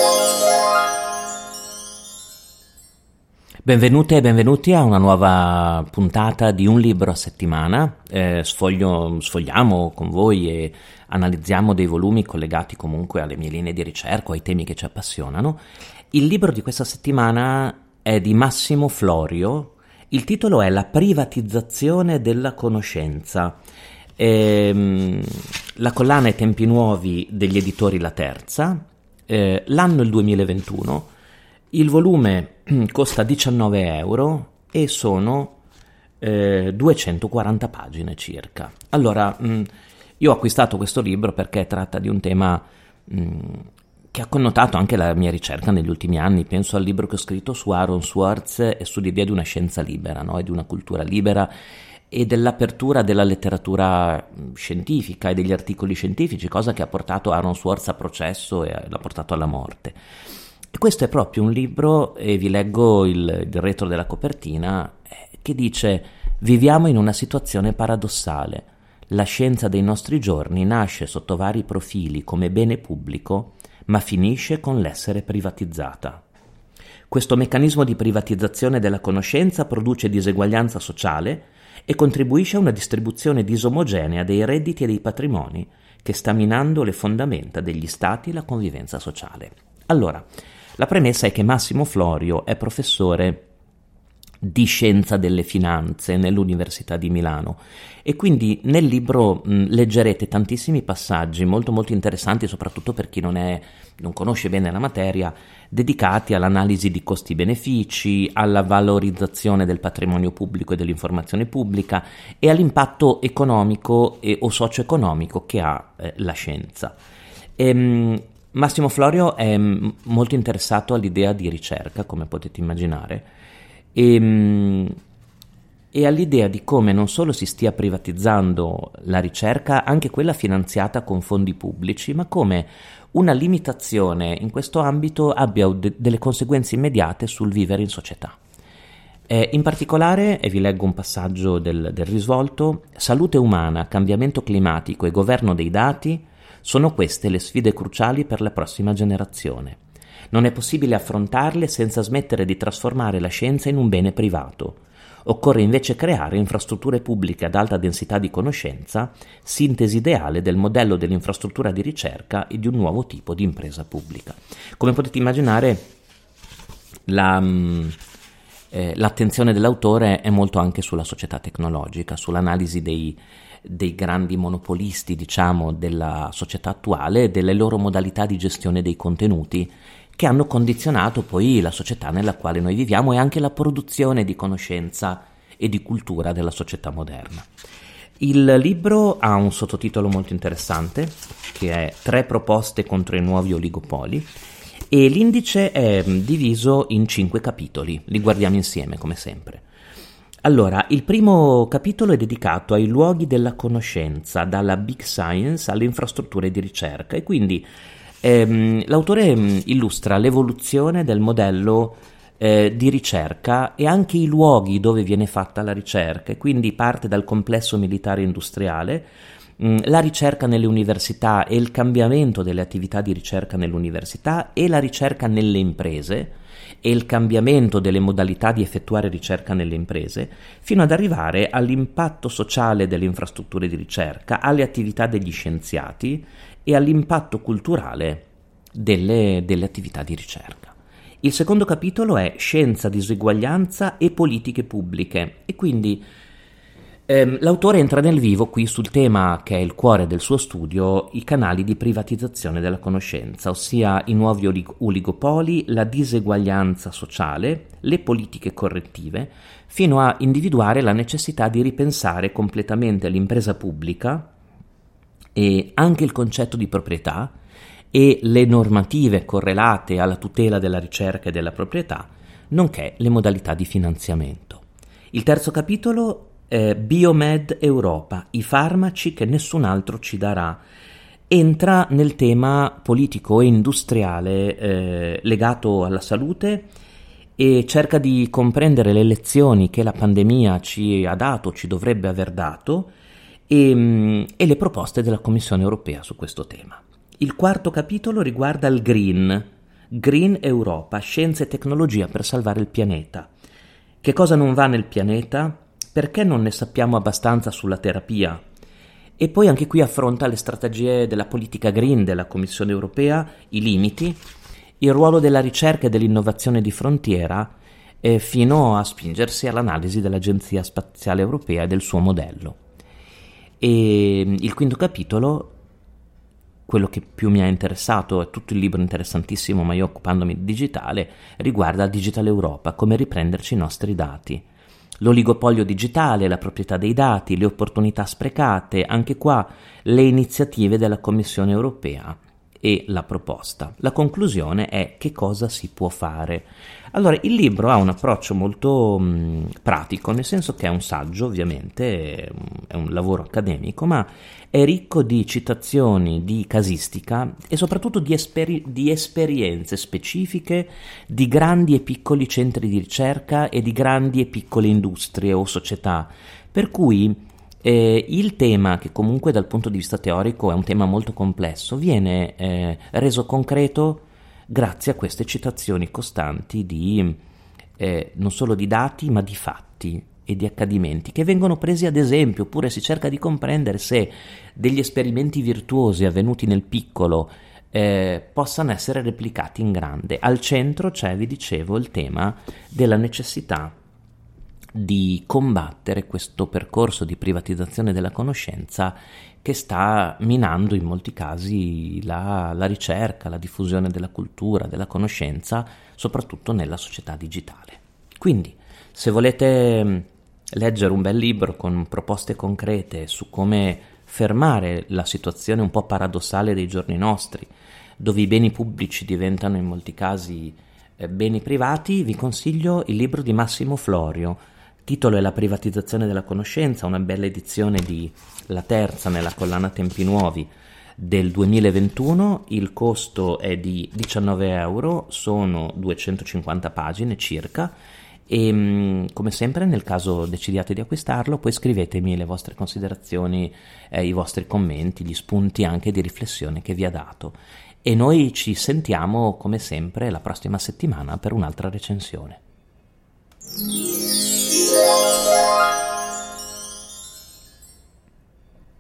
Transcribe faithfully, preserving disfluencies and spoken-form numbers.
Benvenute e benvenuti a una nuova puntata di Un libro a settimana. Eh, sfoglio, sfogliamo con voi e analizziamo dei volumi collegati comunque alle mie linee di ricerca, ai temi che ci appassionano. Il libro di questa settimana è di Massimo Florio. Il titolo è La privatizzazione della conoscenza. Ehm, la collana è Tempi Nuovi degli editori La Terza. Eh, l'anno è il duemilaventuno. Il volume costa diciannove euro e sono eh, duecentoquaranta pagine circa. Allora, mh, io ho acquistato questo libro perché tratta di un tema mh, che ha connotato anche la mia ricerca negli ultimi anni. Penso al libro che ho scritto su Aaron Swartz e sull'idea di una scienza libera, no? E di una cultura libera e dell'apertura della letteratura scientifica e degli articoli scientifici, cosa che ha portato Aaron Swartz a processo e l'ha portato alla morte. E questo è proprio un libro, e vi leggo il, il retro della copertina, eh, che dice: viviamo in una situazione paradossale. La scienza dei nostri giorni nasce sotto vari profili come bene pubblico, ma finisce con l'essere privatizzata. Questo meccanismo di privatizzazione della conoscenza produce diseguaglianza sociale e contribuisce a una distribuzione disomogenea dei redditi e dei patrimoni che sta minando le fondamenta degli stati e la convivenza sociale. Allora, la premessa è che Massimo Florio è professore di scienza delle finanze nell'Università di Milano e quindi nel libro mh, leggerete tantissimi passaggi molto molto interessanti, soprattutto per chi non, è, non conosce bene la materia, dedicati all'analisi di costi-benefici, alla valorizzazione del patrimonio pubblico e dell'informazione pubblica e all'impatto economico e, o socio-economico che ha eh, la scienza. Ehm, Massimo Florio è molto interessato all'idea di ricerca, come potete immaginare, e, e all'idea di come non solo si stia privatizzando la ricerca, anche quella finanziata con fondi pubblici, ma come una limitazione in questo ambito abbia de- delle conseguenze immediate sul vivere in società. Eh, in particolare, e vi leggo un passaggio del, del risvolto: salute umana, cambiamento climatico e governo dei dati sono queste le sfide cruciali per la prossima generazione. Non è possibile affrontarle senza smettere di trasformare la scienza in un bene privato. Occorre invece creare infrastrutture pubbliche ad alta densità di conoscenza, sintesi ideale del modello dell'infrastruttura di ricerca e di un nuovo tipo di impresa pubblica. Come potete immaginare, la, eh, l'attenzione dell'autore è molto anche sulla società tecnologica, sull'analisi dei dei grandi monopolisti, diciamo, della società attuale e delle loro modalità di gestione dei contenuti che hanno condizionato poi la società nella quale noi viviamo e anche la produzione di conoscenza e di cultura della società moderna. Il libro ha un sottotitolo molto interessante che è Tre proposte contro i nuovi oligopoli e l'indice è diviso in cinque capitoli. Li guardiamo insieme come sempre. Allora, il primo capitolo è dedicato ai luoghi della conoscenza, dalla big science alle infrastrutture di ricerca, e quindi ehm, l'autore ehm, illustra l'evoluzione del modello eh, di ricerca e anche i luoghi dove viene fatta la ricerca, e quindi parte dal complesso militare industriale, mh, la ricerca nelle università e il cambiamento delle attività di ricerca nell'università e la ricerca nelle imprese, e il cambiamento delle modalità di effettuare ricerca nelle imprese, fino ad arrivare all'impatto sociale delle infrastrutture di ricerca, alle attività degli scienziati e all'impatto culturale delle, delle attività di ricerca. Il secondo capitolo è Scienza, disuguaglianza e politiche pubbliche, e quindi ehm, l'autore entra nel vivo qui sul tema che è il cuore del suo studio, i canali di privatizzazione della conoscenza, ossia i nuovi olig- oligopoli, la diseguaglianza sociale, le politiche correttive, fino a individuare la necessità di ripensare completamente l'impresa pubblica e anche il concetto di proprietà e le normative correlate alla tutela della ricerca e della proprietà, nonché le modalità di finanziamento. Il terzo capitolo Eh, Biomed Europa, i farmaci che nessun altro ci darà, entra nel tema politico e industriale eh, legato alla salute e cerca di comprendere le lezioni che la pandemia ci ha dato, ci dovrebbe aver dato, e, e le proposte della Commissione europea su questo tema. Il quarto capitolo riguarda il green, Green Europa, scienza e tecnologia per salvare il pianeta. Che cosa non va nel pianeta? Perché non ne sappiamo abbastanza sulla terapia? E poi anche qui affronta le strategie della politica green della Commissione europea, i limiti, il ruolo della ricerca e dell'innovazione di frontiera, eh, fino a spingersi all'analisi dell'Agenzia Spaziale Europea e del suo modello. E il quinto capitolo, quello che più mi ha interessato, è tutto il libro interessantissimo, ma io occupandomi di digitale, riguarda Digital Europa, come riprenderci i nostri dati. L'oligopolio digitale, la proprietà dei dati, le opportunità sprecate, anche qua le iniziative della Commissione europea e la proposta. La conclusione è: che cosa si può fare? Allora, il libro ha un approccio molto mh, pratico, nel senso che è un saggio, ovviamente, è un lavoro accademico, ma è ricco di citazioni, di casistica e soprattutto di, esperi- di esperienze specifiche di grandi e piccoli centri di ricerca e di grandi e piccole industrie o società, per cui Eh, il tema, che comunque dal punto di vista teorico è un tema molto complesso, viene eh, reso concreto grazie a queste citazioni costanti di eh, non solo di dati ma di fatti e di accadimenti che vengono presi ad esempio, oppure si cerca di comprendere se degli esperimenti virtuosi avvenuti nel piccolo eh, possano essere replicati in grande. Al centro c'è, vi dicevo, il tema della necessità di combattere questo percorso di privatizzazione della conoscenza che sta minando in molti casi la, la ricerca, la diffusione della cultura, della conoscenza, soprattutto nella società digitale. Quindi, se volete leggere un bel libro con proposte concrete su come fermare la situazione un po' paradossale dei giorni nostri, dove i beni pubblici diventano in molti casi eh, beni privati, vi consiglio il libro di Massimo Florio. Titolo è La privatizzazione della conoscenza, una bella edizione di La Terza nella collana Tempi Nuovi del duemilaventuno. Il costo è di diciannove euro, sono duecentocinquanta pagine circa e come sempre, nel caso decidiate di acquistarlo, poi scrivetemi le vostre considerazioni, eh, i vostri commenti, gli spunti anche di riflessione che vi ha dato, e noi ci sentiamo come sempre la prossima settimana per un'altra recensione. Yeah.